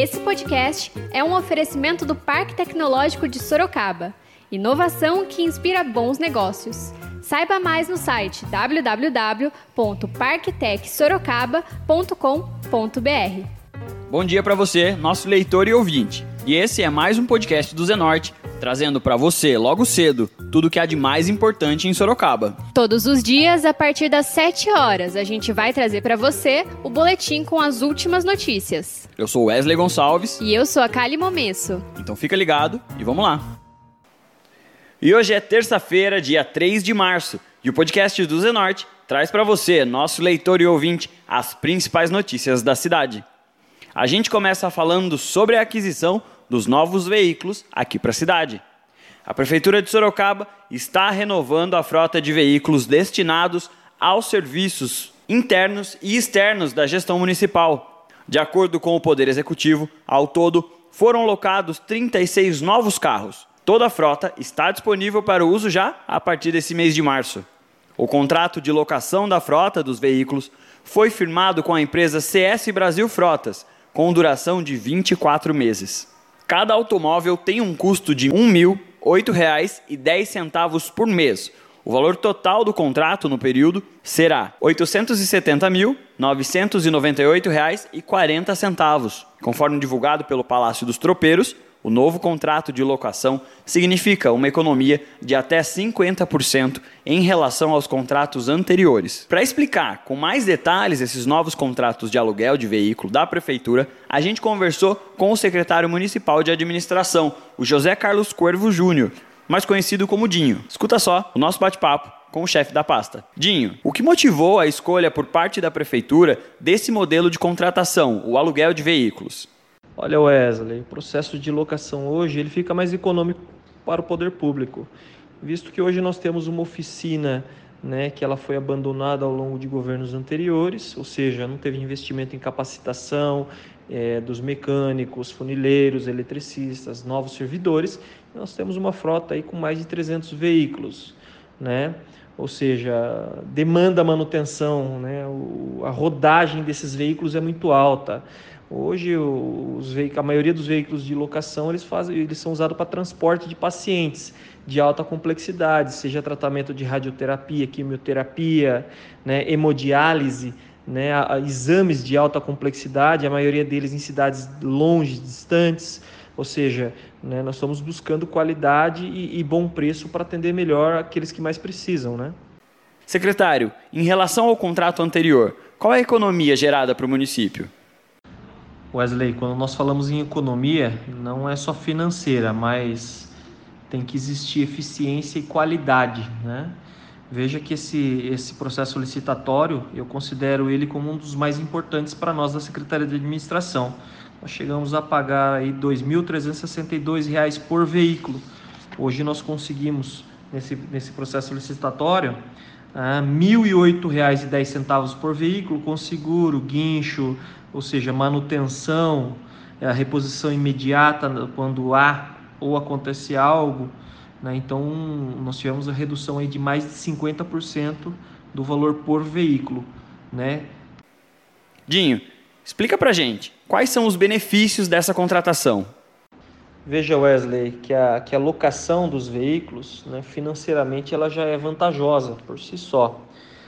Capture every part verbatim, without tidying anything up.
Esse podcast é um oferecimento do Parque Tecnológico de Sorocaba. Inovação que inspira bons negócios. Saiba mais no site w w w ponto parktec sorocaba ponto com ponto b r. Bom dia para você, nosso leitor e ouvinte. E esse é mais um podcast do Zenorte, trazendo para você, logo cedo, tudo o que há de mais importante em Sorocaba. Todos os dias, a partir das sete horas, a gente vai trazer para você o boletim com as últimas notícias. Eu sou Wesley Gonçalves. E eu sou a Kali Momesso. Então fica ligado e vamos lá. E hoje é terça-feira, dia três de março, e o podcast do Zenorte traz para você, nosso leitor e ouvinte, as principais notícias da cidade. A gente começa falando sobre a aquisição dos novos veículos aqui para a cidade. A Prefeitura de Sorocaba está renovando a frota de veículos destinados aos serviços internos e externos da gestão municipal. De acordo com o Poder Executivo, ao todo foram locados trinta e seis novos carros. Toda a frota está disponível para uso já a partir desse mês de março. O contrato de locação da frota dos veículos foi firmado com a empresa C S Brasil Frotas, com duração de vinte e quatro meses. Cada automóvel tem um custo de um mil oito reais e dez centavos por mês. O valor total do contrato no período será oitocentos e setenta mil novecentos e noventa e oito reais e quarenta centavos. Conforme divulgado pelo Palácio dos Tropeiros, o novo contrato de locação significa uma economia de até cinquenta por cento em relação aos contratos anteriores. Para explicar com mais detalhes esses novos contratos de aluguel de veículo da Prefeitura, a gente conversou com o secretário municipal de administração, o José Carlos Cuervo Júnior, mais conhecido como Dinho. Escuta só o nosso bate-papo com o chefe da pasta. Dinho, o que motivou a escolha por parte da Prefeitura desse modelo de contratação, o aluguel de veículos? Olha, Wesley, o processo de locação hoje ele fica mais econômico para o poder público, visto que hoje nós temos uma oficina, né, que ela foi abandonada ao longo de governos anteriores, ou seja, não teve investimento em capacitação é, dos mecânicos, funileiros, eletricistas, novos servidores. Nós temos uma frota aí com mais de trezentos veículos, né? Ou seja, demanda manutenção, né? O, a rodagem desses veículos é muito alta. Hoje, os veículos, a maioria dos veículos de locação eles fazem, eles são usados para transporte de pacientes de alta complexidade, seja tratamento de radioterapia, quimioterapia, né, hemodiálise, né, a, a, exames de alta complexidade, a maioria deles em cidades longe, distantes. Ou seja, né, nós estamos buscando qualidade e, e bom preço para atender melhor aqueles que mais precisam, né? Secretário, em relação ao contrato anterior, qual é a economia gerada para o município? Wesley, quando nós falamos em economia, não é só financeira, mas tem que existir eficiência e qualidade, né? Veja que esse, esse processo licitatório, eu considero ele como um dos mais importantes para nós da Secretaria de Administração. Nós chegamos a pagar aí dois mil trezentos e sessenta e dois reais por veículo. Hoje nós conseguimos, nesse, nesse processo licitatório, ah, mil e oito reais e dez centavos por veículo, com seguro, guincho, ou seja, manutenção, a reposição imediata quando há ou acontece algo, né? Então, nós tivemos a redução aí de mais de cinquenta por cento do valor por veículo, né? Dinho, explica pra gente, quais são os benefícios dessa contratação? Veja, Wesley, que a, que a locação dos veículos, né, financeiramente, ela já é vantajosa por si só.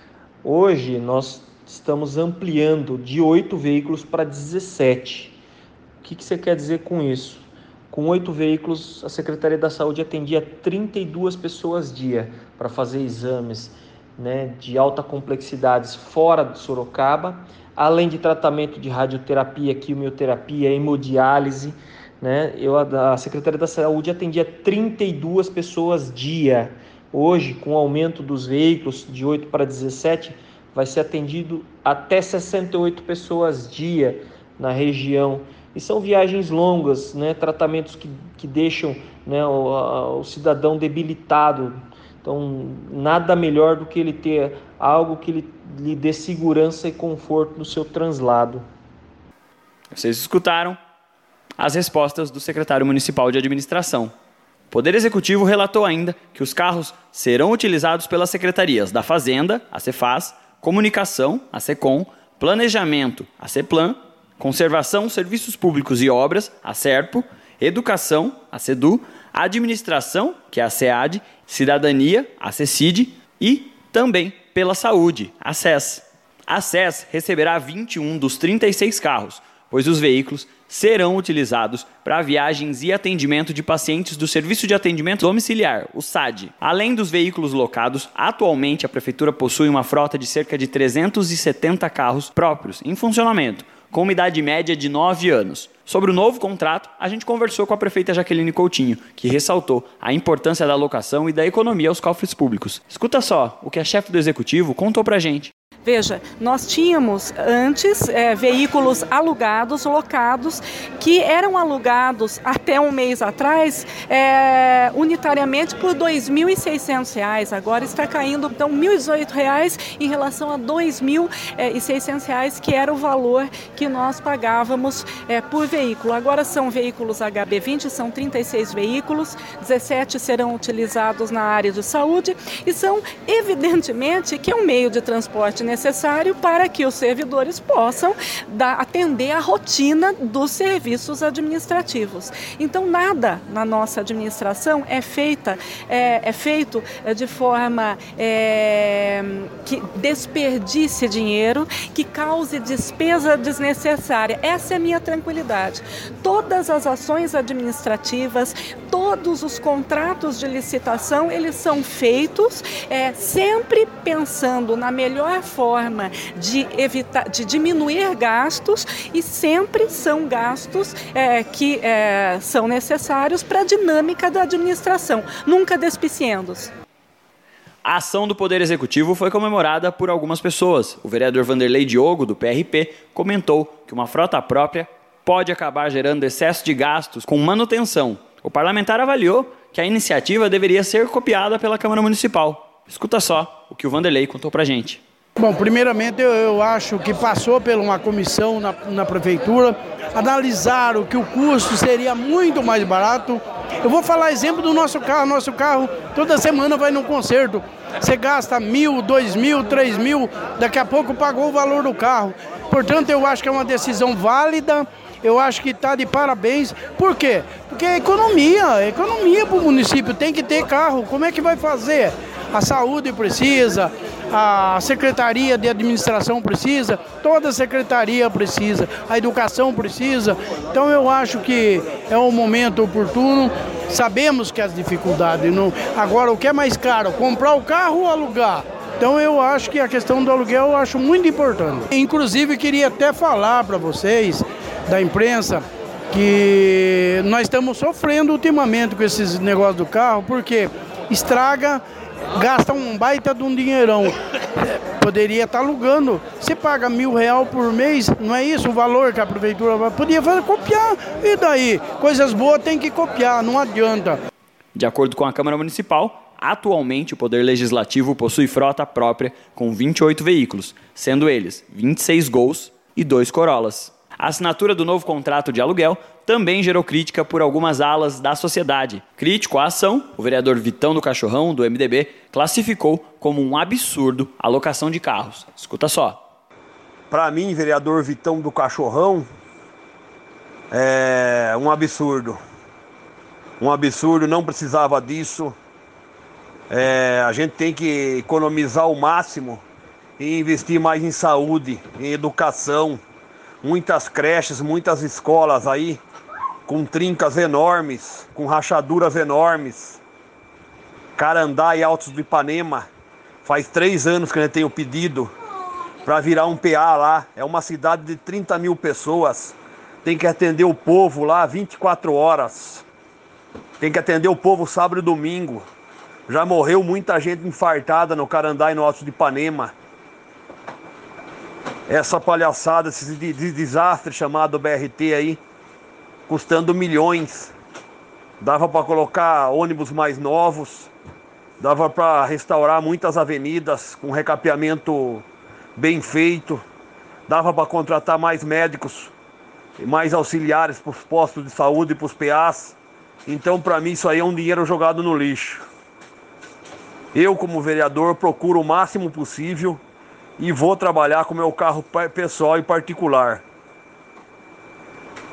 Hoje, nós estamos ampliando de oito veículos para dezessete. O que, que você quer dizer com isso? Com oito veículos, a Secretaria da Saúde atendia trinta e duas pessoas dia para fazer exames, né, de alta complexidade fora de Sorocaba, além de tratamento de radioterapia, quimioterapia, hemodiálise, né? Eu, a Secretaria da Saúde atendia trinta e duas pessoas dia. Hoje, com o aumento dos veículos de oito para dezessete, vai ser atendido até sessenta e oito pessoas dia na região. E são viagens longas, né? Tratamentos que, que deixam, né, o, a, o cidadão debilitado. Então, nada melhor do que ele ter algo que lhe, lhe dê segurança e conforto no seu translado. Vocês escutaram as respostas do secretário municipal de administração. O Poder Executivo relatou ainda que os carros serão utilizados pelas secretarias da Fazenda, a Cefaz, Comunicação, a Secom, Planejamento, a Ceplan, Conservação, Serviços Públicos e Obras, a SERPO, Educação, a SEDU, Administração, que é a SEAD, Cidadania, a CECID e também pela Saúde, a SES. A SES receberá vinte e um dos trinta e seis carros, pois os veículos serão utilizados para viagens e atendimento de pacientes do Serviço de Atendimento Domiciliar, o SAD. Além dos veículos locados, atualmente a Prefeitura possui uma frota de cerca de trezentos e setenta carros próprios em funcionamento, com uma idade média de nove anos. Sobre o novo contrato, a gente conversou com a prefeita Jaqueline Coutinho, que ressaltou a importância da alocação e da economia aos cofres públicos. Escuta só o que a chefe do Executivo contou pra gente. Veja, nós tínhamos antes é, veículos alugados, locados, que eram alugados até um mês atrás é, unitariamente por dois mil e seiscentos reais. Agora está caindo então mil e dezoito reais em relação a dois mil e seiscentos reais, que era o valor que nós pagávamos é, por veículo. Agora são veículos H B vinte, são trinta e seis veículos, dezessete serão utilizados na área de saúde e são evidentemente que é um meio de transporte necessário para que os servidores possam dar, atender a rotina dos serviços administrativos. Então, nada na nossa administração é, feita, é, é feito de forma é, que desperdice dinheiro, que cause despesa desnecessária. Essa é a minha tranquilidade. Todas as ações administrativas, todos os contratos de licitação, eles são feitos é, sempre pensando na melhor forma de evitar, de diminuir gastos, e sempre são gastos é, que é, são necessários para a dinâmica da administração, nunca despiciendos. A ação do Poder Executivo foi comemorada por algumas pessoas. O vereador Vanderlei Diogo, do P R P, comentou que uma frota própria pode acabar gerando excesso de gastos com manutenção. O parlamentar avaliou que a iniciativa deveria ser copiada pela Câmara Municipal. Escuta só o que o Vanderlei contou pra gente. Bom, primeiramente eu, eu acho que passou por uma comissão na, na prefeitura, analisaram que o custo seria muito mais barato. Eu vou falar exemplo do nosso carro. Nosso carro toda semana vai num concerto. Você gasta mil, dois mil, três mil, daqui a pouco pagou o valor do carro. Portanto, eu acho que é uma decisão válida. Eu acho que está de parabéns. Por quê? Porque é economia, é economia para o município, tem que ter carro. Como é que vai fazer? A saúde precisa, a Secretaria de Administração precisa, toda a Secretaria precisa, a educação precisa. Então eu acho que é um momento oportuno. Sabemos que as dificuldades, não... agora o que é mais caro, comprar o carro ou alugar? Então eu acho que a questão do aluguel eu acho muito importante. Inclusive queria até falar para vocês da imprensa que nós estamos sofrendo ultimamente com esses negócios do carro, porque estraga, gasta um baita de um dinheirão. Poderia estar alugando. Você paga mil real por mês, não é isso o valor que a prefeitura vai... Podia fazer, copiar. E daí? Coisas boas tem que copiar, não adianta. De acordo com a Câmara Municipal, atualmente o Poder Legislativo possui frota própria com vinte e oito veículos, sendo eles vinte e seis Gols e dois Corollas. A assinatura do novo contrato de aluguel também gerou crítica por algumas alas da sociedade. Crítico à ação, o vereador Vitão do Cachorrão, do M D B, classificou como um absurdo a locação de carros. Escuta só. Para mim, vereador Vitão do Cachorrão, é um absurdo. Um absurdo, não precisava disso. É, a gente tem que economizar o máximo e investir mais em saúde, em educação. Muitas creches, muitas escolas aí, com trincas enormes, com rachaduras enormes. Carandá e Altos do Ipanema, faz três anos que a gente tem o pedido para virar um P A lá. É uma cidade de trinta mil pessoas, tem que atender o povo lá vinte e quatro horas. Tem que atender o povo sábado e domingo. Já morreu muita gente infartada no Carandá e no Altos do Ipanema. Essa palhaçada, esse desastre chamado B R T aí, custando milhões. Dava para colocar ônibus mais novos, dava para restaurar muitas avenidas com recapeamento bem feito, dava para contratar mais médicos e mais auxiliares para os postos de saúde e para os P As. Então, para mim, isso aí é um dinheiro jogado no lixo. Eu, como vereador, procuro o máximo possível e vou trabalhar com meu carro pessoal e particular.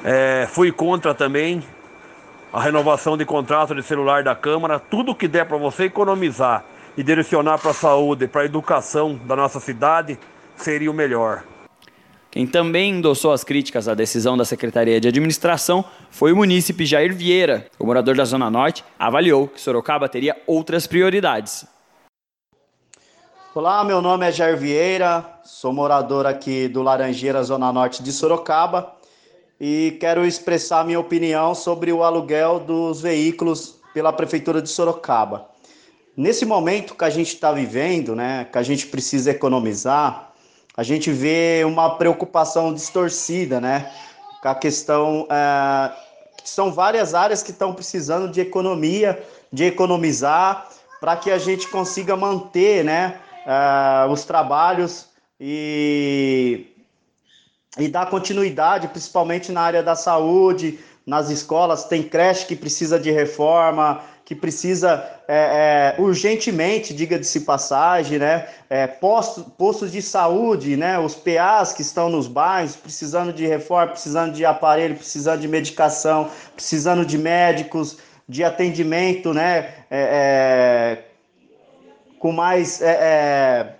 É, fui contra também a renovação de contrato de celular da Câmara. Tudo que der para você economizar e direcionar para a saúde, para a educação da nossa cidade, seria o melhor. Quem também endossou as críticas à decisão da Secretaria de Administração foi o munícipe Jair Vieira. O morador da Zona Norte avaliou que Sorocaba teria outras prioridades. Olá, meu nome é Jair Vieira, sou morador aqui do Laranjeira, Zona Norte de Sorocaba, e quero expressar minha opinião sobre o aluguel dos veículos pela Prefeitura de Sorocaba. Nesse momento que a gente está vivendo, né, que a gente precisa economizar, a gente vê uma preocupação distorcida, né, com a questão, é, são várias áreas que estão precisando de economia, de economizar, para que a gente consiga manter, né, é, os trabalhos e, e dar continuidade, principalmente na área da saúde, nas escolas. Tem creche que precisa de reforma, que precisa é, é, urgentemente, diga-se passagem, né, é, postos, postos de saúde, né, os P As que estão nos bairros, precisando de reforma, precisando de aparelho, precisando de medicação, precisando de médicos, de atendimento, né, é, é, com mais... É, é,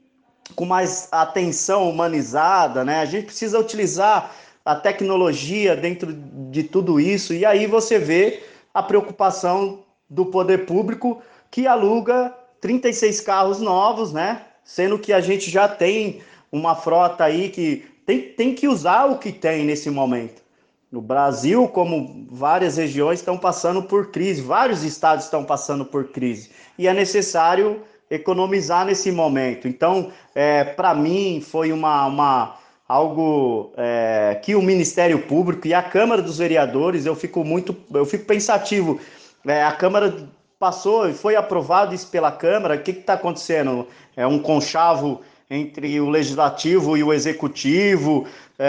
com mais atenção humanizada, né? A gente precisa utilizar a tecnologia dentro de tudo isso, e aí você vê a preocupação do poder público, que aluga trinta e seis carros novos, né? Sendo que a gente já tem uma frota aí que tem, tem que usar o que tem nesse momento. No Brasil, como várias regiões estão passando por crise, vários estados estão passando por crise, e é necessário economizar nesse momento. Então, é, para mim, foi uma, uma, algo é, que o Ministério Público e a Câmara dos Vereadores, eu fico muito, eu fico pensativo. É, a Câmara passou e foi aprovado isso pela Câmara. O que está acontecendo? É um conchavo entre o Legislativo e o Executivo.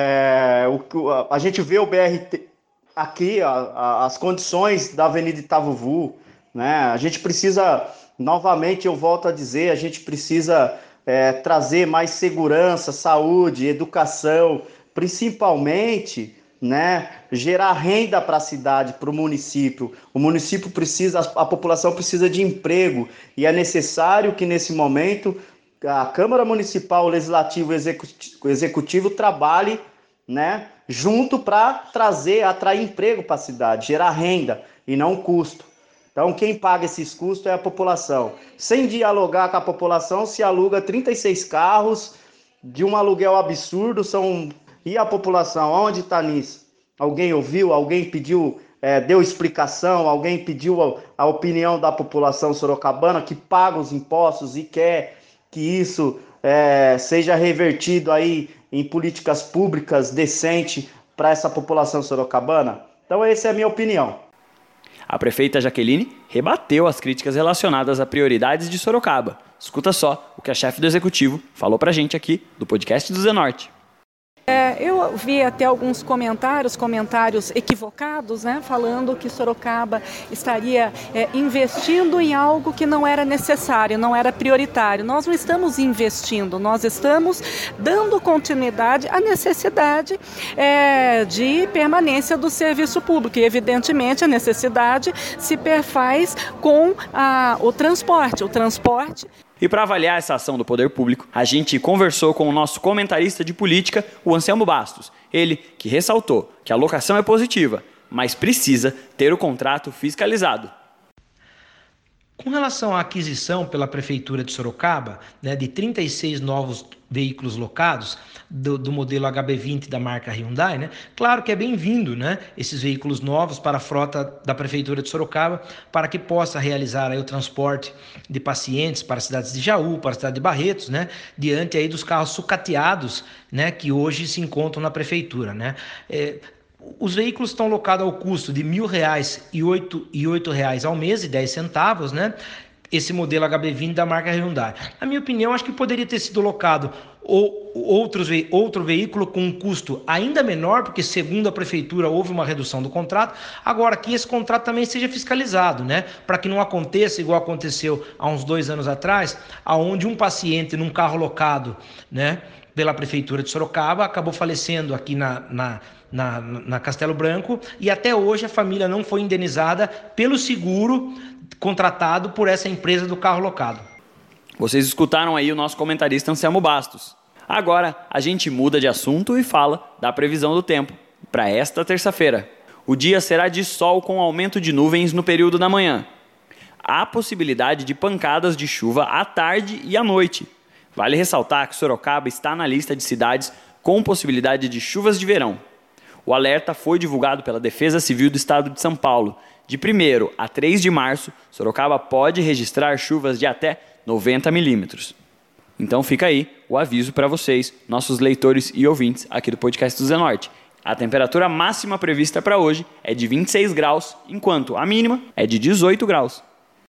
É, o, a, a gente vê o B R T aqui, a, a, as condições da Avenida Itavuvu, né? A gente precisa... Novamente, eu volto a dizer, a gente precisa é, trazer mais segurança, saúde, educação, principalmente, né, gerar renda para a cidade, para o município. O município precisa, a população precisa de emprego, e é necessário que, nesse momento, a Câmara Municipal, o Legislativo e o Executivo trabalhem, né, junto para trazer, atrair emprego para a cidade, gerar renda e não custo. Então, quem paga esses custos é a população. Sem dialogar com a população, se aluga trinta e seis carros de um aluguel absurdo. São... E a população, onde está nisso? Alguém ouviu? Alguém pediu, é, deu explicação? Alguém pediu a, a opinião da população sorocabana que paga os impostos e quer que isso é, seja revertido aí em políticas públicas decentes para essa população sorocabana? Então, essa é a minha opinião. A prefeita Jaqueline rebateu as críticas relacionadas a prioridades de Sorocaba. Escuta só o que a chefe do executivo falou pra gente aqui do podcast do Zenorte. É, eu vi até alguns comentários, comentários equivocados, né, falando que Sorocaba estaria é, investindo em algo que não era necessário, não era prioritário. Nós não estamos investindo, nós estamos dando continuidade à necessidade é, de permanência do serviço público. E, evidentemente, a necessidade se perfaz com a, o transporte. O transporte... E para avaliar essa ação do poder público, a gente conversou com o nosso comentarista de política, o Anselmo Bastos. Ele que ressaltou que a locação é positiva, mas precisa ter o contrato fiscalizado. Com relação à aquisição pela Prefeitura de Sorocaba, né, de trinta e seis novos veículos locados do, do modelo H B vinte da marca Hyundai, né, claro que é bem-vindo, né, esses veículos novos para a frota da Prefeitura de Sorocaba, para que possa realizar aí o transporte de pacientes para as cidades de Jaú, para a cidade de Barretos, né, diante aí dos carros sucateados, né, que hoje se encontram na Prefeitura, né. É, Os veículos estão locados ao custo de mil reais e oito, e oito reais ao mês e dez centavos, né? Esse modelo H B vinte da marca Hyundai. Na minha opinião, acho que poderia ter sido locado ou outros, outro veículo com um custo ainda menor, porque segundo a prefeitura houve uma redução do contrato. Agora, que esse contrato também seja fiscalizado, né? Para que não aconteça igual aconteceu há uns dois anos atrás, aonde um paciente num carro locado, né, pela Prefeitura de Sorocaba, acabou falecendo aqui na, na, na, na Castelo Branco, e até hoje a família não foi indenizada pelo seguro contratado por essa empresa do carro locado. Vocês escutaram aí o nosso comentarista Anselmo Bastos. Agora a gente muda de assunto e fala da previsão do tempo para esta terça-feira. O dia será de sol com aumento de nuvens no período da manhã. Há possibilidade de pancadas de chuva à tarde e à noite. Vale ressaltar que Sorocaba está na lista de cidades com possibilidade de chuvas de verão. O alerta foi divulgado pela Defesa Civil do Estado de São Paulo. De primeiro a três de março, Sorocaba pode registrar chuvas de até noventa milímetros. Então fica aí o aviso para vocês, nossos leitores e ouvintes aqui do podcast do Zenorte. A temperatura máxima prevista para hoje é de vinte e seis graus, enquanto a mínima é de dezoito graus.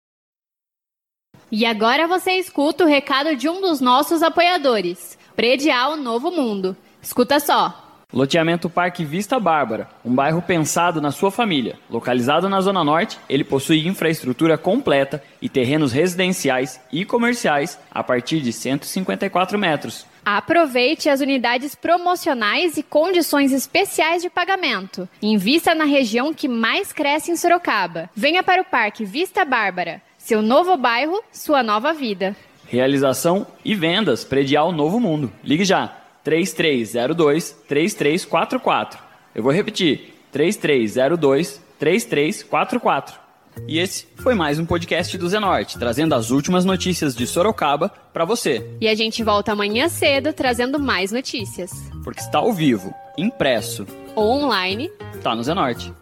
E agora você escuta o recado de um dos nossos apoiadores, Predial Novo Mundo. Escuta só. Loteamento Parque Vista Bárbara, um bairro pensado na sua família. Localizado na Zona Norte, ele possui infraestrutura completa e terrenos residenciais e comerciais a partir de cento e cinquenta e quatro metros. Aproveite as unidades promocionais e condições especiais de pagamento. Invista na região que mais cresce em Sorocaba. Venha para o Parque Vista Bárbara. Seu novo bairro, sua nova vida. Realização e vendas Predial Novo Mundo. Ligue já. três três zero dois, três três quatro quatro. Eu vou repetir. três três zero dois, três três quatro quatro. E esse foi mais um podcast do Zenorte, trazendo as últimas notícias de Sorocaba para você. E a gente volta amanhã cedo trazendo mais notícias. Porque está ao vivo, impresso ou online, tá no Zenorte.